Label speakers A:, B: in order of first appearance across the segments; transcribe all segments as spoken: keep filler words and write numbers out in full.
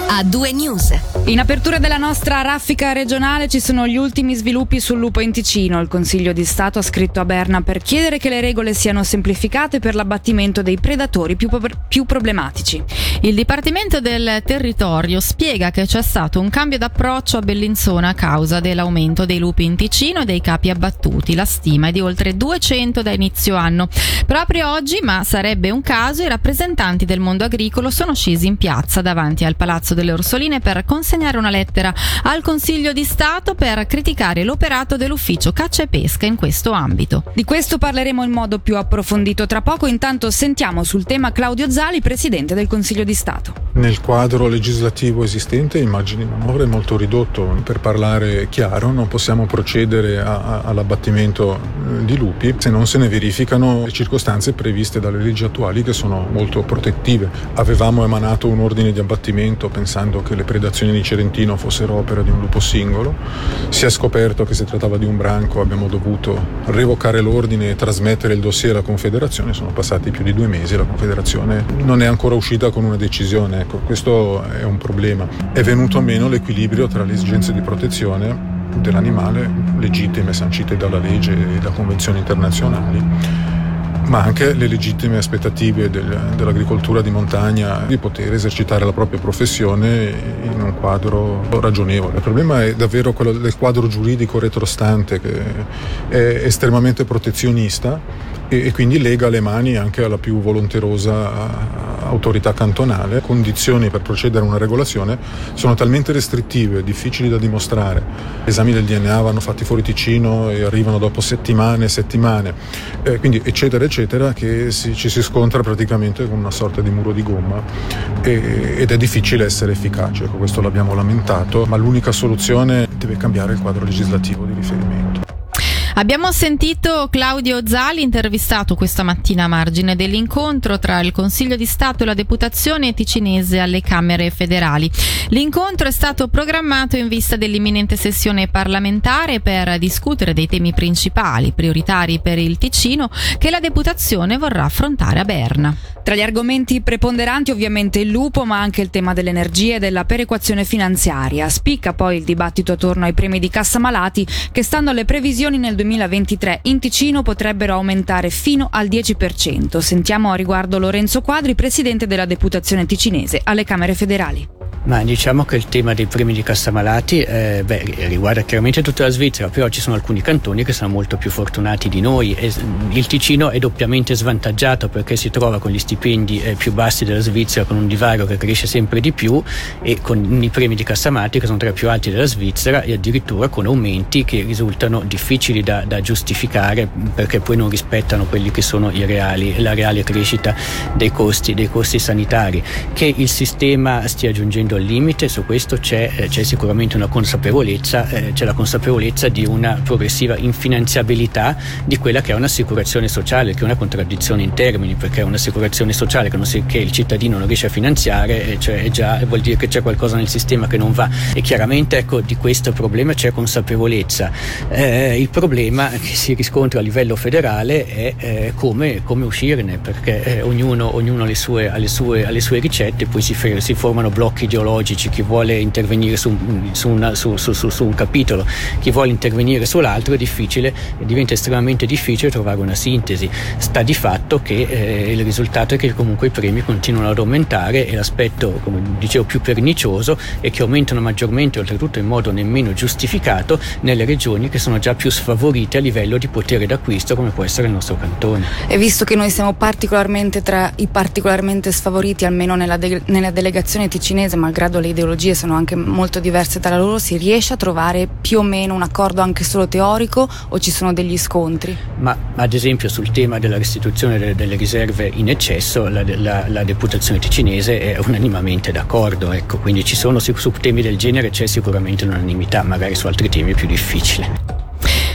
A: A due News.
B: In apertura della nostra raffica regionale ci sono gli ultimi sviluppi sul lupo in Ticino. Il Consiglio di Stato ha scritto a Berna per chiedere che le regole siano semplificate per l'abbattimento dei predatori più, più problematici.
C: Il Dipartimento del Territorio spiega che c'è stato un cambio d'approccio a Bellinzona a causa dell'aumento dei lupi in Ticino e dei capi abbattuti. La stima è di oltre duecento da inizio anno. Proprio oggi, ma sarebbe un caso, i rappresentanti del mondo agricolo sono scesi in piazza davanti al Palazzo delle Orsoline per consegnare una lettera al Consiglio di Stato per criticare l'operato dell'Ufficio Caccia e Pesca in questo ambito.
B: Di questo parleremo in modo più approfondito tra poco. Intanto sentiamo sul tema Claudio Zali, Presidente del Consiglio di Stato.
D: Nel quadro legislativo esistente il margine di manovra è molto ridotto. Per parlare chiaro, non possiamo procedere a, a, all'abbattimento di lupi se non se ne verificano le circostanze previste dalle leggi attuali, che sono molto protettive. Avevamo emanato un ordine di abbattimento pensando che le predazioni di Cerentino fossero opera di un lupo singolo. Si è scoperto che si trattava di un branco, abbiamo dovuto revocare l'ordine e trasmettere il dossier alla Confederazione. Sono passati più di due mesi e la Confederazione non è ancora uscita con una decisione. Ecco, questo è un problema. È venuto meno l'equilibrio tra le esigenze di protezione dell'animale legittime sancite dalla legge e da convenzioni internazionali, ma anche le legittime aspettative del, dell'agricoltura di montagna di poter esercitare la propria professione in un quadro ragionevole. Il problema è davvero quello del quadro giuridico retrostante, che è estremamente protezionista e, e quindi lega le mani anche alla più volonterosa autorità cantonale. Condizioni per procedere a una regolazione sono talmente restrittive, difficili da dimostrare. Gli esami del D N A vanno fatti fuori Ticino e arrivano dopo settimane e settimane, eh, quindi eccetera eccetera, che si, ci si scontra praticamente con una sorta di muro di gomma e, ed è difficile essere efficace. Ecco, questo l'abbiamo lamentato, ma l'unica soluzione deve cambiare il quadro legislativo di riferimento.
C: Abbiamo sentito Claudio Zali, intervistato questa mattina a margine dell'incontro tra il Consiglio di Stato e la Deputazione ticinese alle Camere federali. L'incontro è stato programmato in vista dell'imminente sessione parlamentare per discutere dei temi principali, prioritari per il Ticino, che la Deputazione vorrà affrontare a Berna.
B: Tra gli argomenti preponderanti ovviamente il lupo, ma anche il tema dell'energia e della perequazione finanziaria. Spicca poi il dibattito attorno ai premi di cassa malati, che stando alle previsioni nel duemilaventitré in Ticino potrebbero aumentare fino al dieci per cento. Sentiamo a riguardo Lorenzo Quadri, Presidente della Deputazione ticinese alle Camere federali.
E: Ma diciamo che il tema dei premi di cassa malati eh, beh, riguarda chiaramente tutta la Svizzera, però ci sono alcuni cantoni che sono molto più fortunati di noi e il Ticino è doppiamente svantaggiato perché si trova con gli stipendi eh, più bassi della Svizzera, con un divario che cresce sempre di più e con i premi di cassa malati che sono tra i più alti della Svizzera e addirittura con aumenti che risultano difficili da, da giustificare perché poi non rispettano quelli che sono i reali, la reale crescita dei costi, dei costi sanitari. Che il sistema stia giungendo al limite, su questo c'è, eh, c'è sicuramente una consapevolezza, eh, c'è la consapevolezza di una progressiva infinanziabilità di quella che è un'assicurazione sociale, che è una contraddizione in termini, perché un'assicurazione sociale che, non si, che il cittadino non riesce a finanziare, eh, cioè è già, vuol dire che c'è qualcosa nel sistema che non va e chiaramente ecco di questo problema c'è consapevolezza. Eh, il problema che si riscontra a livello federale è eh, come, come uscirne, perché eh, ognuno, ognuno ha le sue, ha le sue, ha le sue ricette, poi si, si formano blocchi ideologici. Chi vuole intervenire su, su, una, su, su, su, su un capitolo, chi vuole intervenire sull'altro, è difficile, diventa estremamente difficile trovare una sintesi. Sta di fatto che eh, il risultato è che comunque i premi continuano ad aumentare e l'aspetto, come dicevo, più pernicioso è che aumentano maggiormente, oltretutto in modo nemmeno giustificato, nelle regioni che sono già più sfavorite a livello di potere d'acquisto, come può essere il nostro cantone.
B: E visto che noi siamo particolarmente tra i particolarmente sfavoriti, almeno nella, de- nella delegazione ticinese, malgrado le ideologie sono anche molto diverse tra loro, si riesce a trovare più o meno un accordo anche solo teorico o ci sono degli scontri?
E: Ma ad esempio sul tema della restituzione delle, delle riserve in eccesso la, la, la deputazione ticinese è unanimamente d'accordo, ecco, quindi ci sono su, su temi del genere c'è sicuramente unanimità, magari su altri temi è più difficile.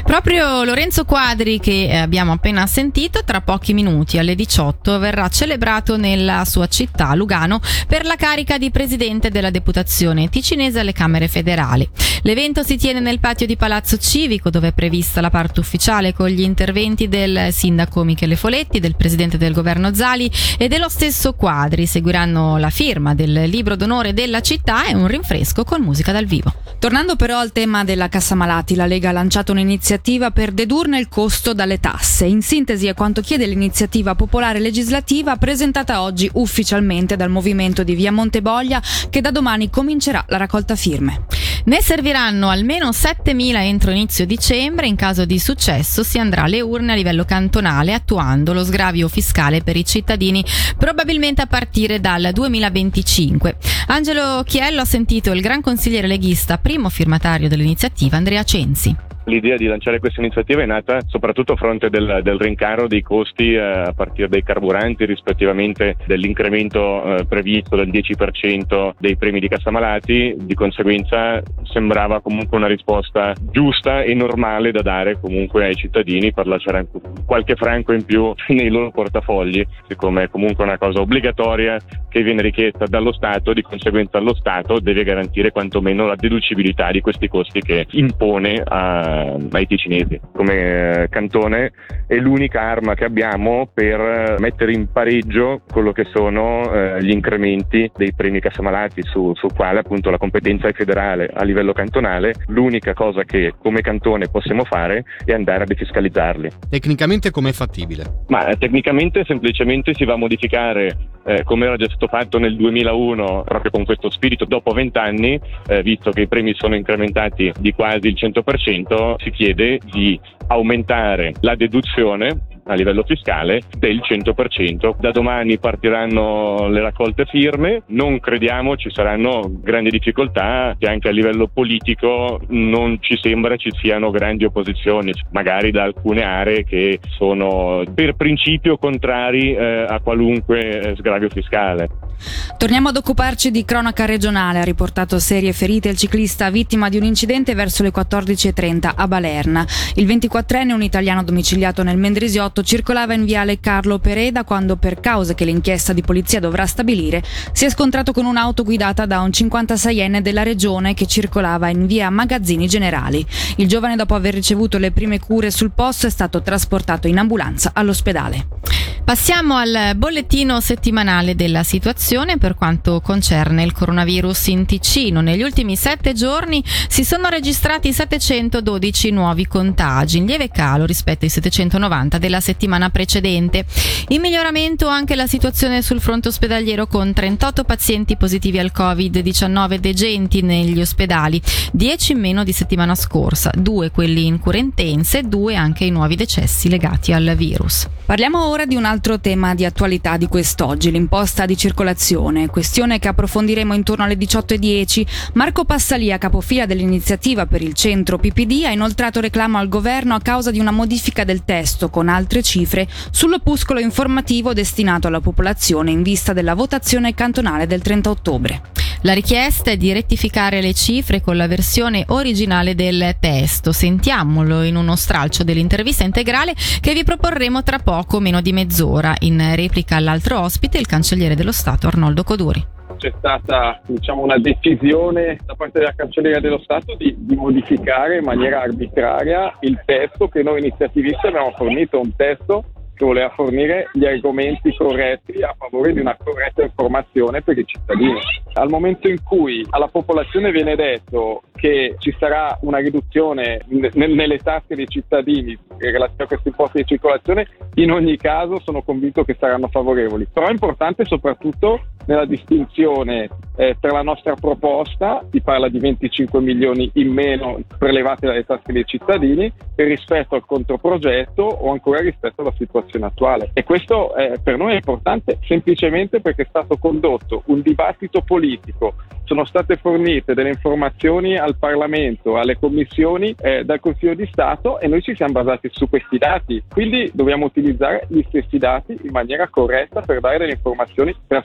C: Proprio Lorenzo Quadri, che abbiamo appena sentito, tra pochi minuti alle diciotto verrà celebrato nella sua città, Lugano, per la carica di presidente della Deputazione ticinese alle Camere federali. L'evento si tiene nel patio di Palazzo Civico, dove è prevista la parte ufficiale con gli interventi del sindaco Michele Foletti, del presidente del governo Zali e dello stesso Quadri. Seguiranno la firma del libro d'onore della città e un rinfresco con musica dal vivo.
B: Tornando però al tema della cassa malati, la Lega ha lanciato un'iniziativa per dedurne il costo dalle tasse. In sintesi è quanto chiede l'iniziativa popolare legislativa presentata oggi ufficialmente dal movimento di Via Monteboglia, che da domani comincerà la raccolta firme.
C: Ne serviranno almeno settemila entro inizio dicembre. In caso di successo si andrà alle urne a livello cantonale, attuando lo sgravio fiscale per i cittadini probabilmente a partire dal duemilaventicinque. Angelo Chiello ha sentito il gran consigliere leghista, primo firmatario dell'iniziativa, Andrea Censi.
A: L'idea di lanciare questa iniziativa è nata soprattutto a fronte del, del rincaro dei costi eh, a partire dai carburanti, rispettivamente dell'incremento eh, previsto del dieci per cento dei premi di cassa malati. Di conseguenza sembrava comunque una risposta giusta e normale da dare comunque ai cittadini per lasciare qualche franco in più nei loro portafogli, siccome è comunque una cosa obbligatoria che viene richiesta dallo Stato. Di conseguenza lo Stato deve garantire quantomeno la deducibilità di questi costi che impone a ai ticinesi. Come cantone è l'unica arma che abbiamo per mettere in pareggio quello che sono eh, gli incrementi dei premi cassa malati, su, su quale appunto la competenza è federale. A livello cantonale l'unica cosa che come cantone possiamo fare è andare a defiscalizzarli.
F: Tecnicamente com'è fattibile?
A: Ma eh, tecnicamente semplicemente si va a modificare, eh, come era già stato fatto nel duemilauno, proprio con questo spirito, dopo vent'anni, eh, visto che i premi sono incrementati di quasi il cento per cento, si chiede di aumentare la deduzione a livello fiscale del cento per cento. Da domani partiranno le raccolte firme, non crediamo ci saranno grandi difficoltà, che anche a livello politico non ci sembra ci siano grandi opposizioni, magari da alcune aree che sono per principio contrari eh, a qualunque eh, sgravio fiscale.
B: Torniamo ad occuparci di cronaca regionale. Ha riportato serie ferite il ciclista vittima di un incidente verso le quattordici e trenta a Balerna. Il ventiquattrenne, un italiano domiciliato nel Mendrisiotto, circolava in viale Carlo Pereda quando, per cause che l'inchiesta di polizia dovrà stabilire, si è scontrato con un'auto guidata da un cinquantaseienne della regione che circolava in via Magazzini Generali. Il giovane, dopo aver ricevuto le prime cure sul posto, è stato trasportato in ambulanza all'ospedale.
C: Passiamo al bollettino settimanale della situazione per quanto concerne il coronavirus in Ticino. Negli ultimi sette giorni si sono registrati settecentododici nuovi contagi, in lieve calo rispetto ai settecentonovanta della settimana precedente. In miglioramento anche la situazione sul fronte ospedaliero, con trentotto pazienti positivi al covid diciannove degenti negli ospedali, dieci in meno di settimana scorsa, due quelli in cure intense, due anche i nuovi decessi legati al virus.
B: Parliamo ora di un altro tema di attualità di quest'oggi, l'imposta di circolazione, questione che approfondiremo intorno alle diciotto e dieci. Marco Passalia, capofila dell'iniziativa per il centro P P D, ha inoltrato reclamo al governo a causa di una modifica del testo con altre cifre sull'opuscolo informativo destinato alla popolazione in vista della votazione cantonale del trenta ottobre.
C: La richiesta è di rettificare le cifre con la versione originale del testo. Sentiamolo in uno stralcio dell'intervista integrale che vi proporremo tra poco, meno di mezz'ora, in replica all'altro ospite, il cancelliere dello Stato Arnoldo Coduri.
G: C'è stata, diciamo, una decisione da parte della Cancelleria dello Stato di, di modificare in maniera arbitraria il testo che noi iniziativisti abbiamo fornito, un testo che voleva fornire gli argomenti corretti a favore di una corretta informazione per i cittadini. Al momento in cui alla popolazione viene detto che ci sarà una riduzione n- nelle tasche dei cittadini in relazione a questi imposti di circolazione, in ogni caso sono convinto che saranno favorevoli. Però è importante soprattutto nella distinzione eh, tra la nostra proposta, si parla di venticinque milioni in meno prelevati dalle tasche dei cittadini, e rispetto al controprogetto o ancora rispetto alla situazione attuale. E questo eh, per noi è importante semplicemente perché è stato condotto un dibattito politico, sono state fornite delle informazioni al Parlamento, alle commissioni eh, dal Consiglio di Stato, e noi ci siamo basati su questi dati, quindi dobbiamo utilizzare gli stessi dati in maniera corretta per dare delle informazioni trasparenti.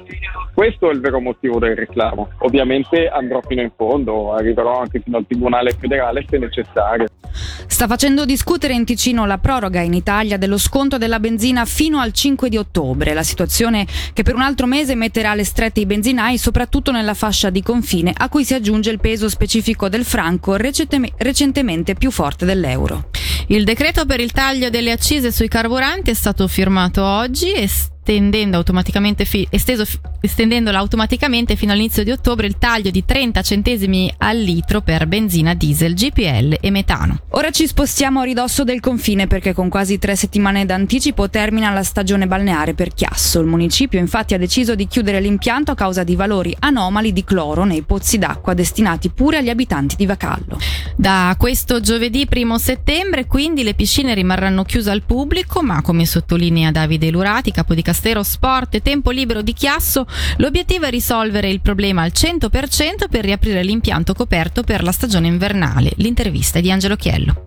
G: Questo è il vero motivo del reclamo. Ovviamente andrò fino in fondo, arriverò anche fino al Tribunale federale se necessario.
B: Sta facendo discutere in Ticino la proroga in Italia dello sconto della benzina fino al cinque di ottobre, la situazione che per un altro mese metterà alle strette i benzinai, soprattutto nella fascia di confine, a cui si aggiunge il peso specifico del franco recentemente più forte dell'euro.
C: Il decreto per il taglio delle accise sui carburanti è stato firmato oggi e estendendo automaticamente fi- esteso, estendendola automaticamente fino all'inizio di ottobre il taglio di trenta centesimi al litro per benzina, diesel, G P L e metano.
B: Ora ci spostiamo a ridosso del confine perché con quasi tre settimane d'anticipo termina la stagione balneare per Chiasso. Il municipio infatti ha deciso di chiudere l'impianto a causa di valori anomali di cloro nei pozzi d'acqua destinati pure agli abitanti di Vacallo.
C: Da questo giovedì primo settembre quindi le piscine rimarranno chiuse al pubblico, ma come sottolinea Davide Lurati, capo di Castero Sport e Tempo Libero di Chiasso, l'obiettivo è risolvere il problema al cento per cento per riaprire l'impianto coperto per la stagione invernale. L'intervista è di Angelo Chiello.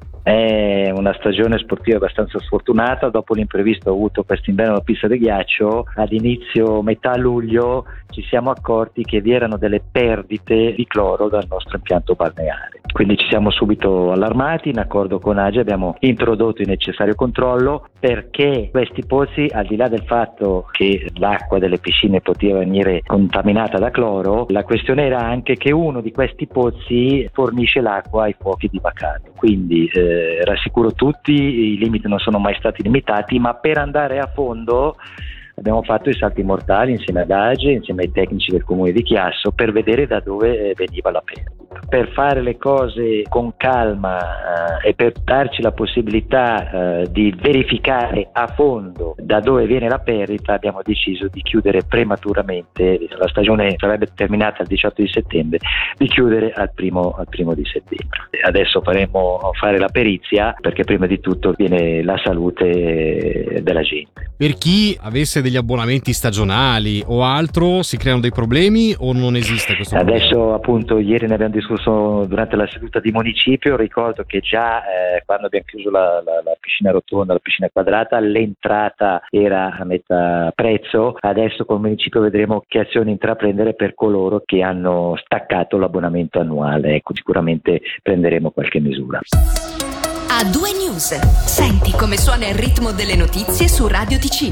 H: È una stagione sportiva abbastanza sfortunata. Dopo l'imprevisto avuto quest'inverno alla pista di ghiaccio, ad inizio metà luglio ci siamo accorti che vi erano delle perdite di cloro dal nostro impianto balneare. Quindi ci siamo subito allarmati, in accordo con A G E abbiamo introdotto il necessario controllo, perché questi pozzi, al di là del fatto che l'acqua delle piscine poteva venire contaminata da cloro, la questione era anche che uno di questi pozzi fornisce l'acqua ai fuochi di Vacallo. Quindi eh, rassicuro tutti, i limiti non sono mai stati limitati, ma per andare a fondo abbiamo fatto i salti mortali insieme ad A G E, insieme ai tecnici del comune di Chiasso, per vedere da dove veniva la perdita. Per fare le cose con calma eh, e per darci la possibilità eh, di verificare a fondo da dove viene la perdita, abbiamo deciso di chiudere prematuramente, la stagione sarebbe terminata il diciotto di settembre, di chiudere al primo, al primo di settembre. Adesso faremo fare la perizia, perché prima di tutto viene la salute della gente.
F: Per chi avesse degli abbonamenti stagionali o altro, si creano dei problemi o non esiste questo problema?
H: Adesso appunto ieri ne abbiamo discusso durante la seduta di municipio. Ricordo che già eh, quando abbiamo chiuso la, la, la piscina rotonda, la piscina quadrata, l'entrata era a metà prezzo. Adesso col municipio vedremo che azioni intraprendere per coloro che hanno staccato l'abbonamento annuale. Ecco, sicuramente prenderemo qualche misura.
I: A due News. Senti come suona il ritmo delle notizie su Radio Ticino.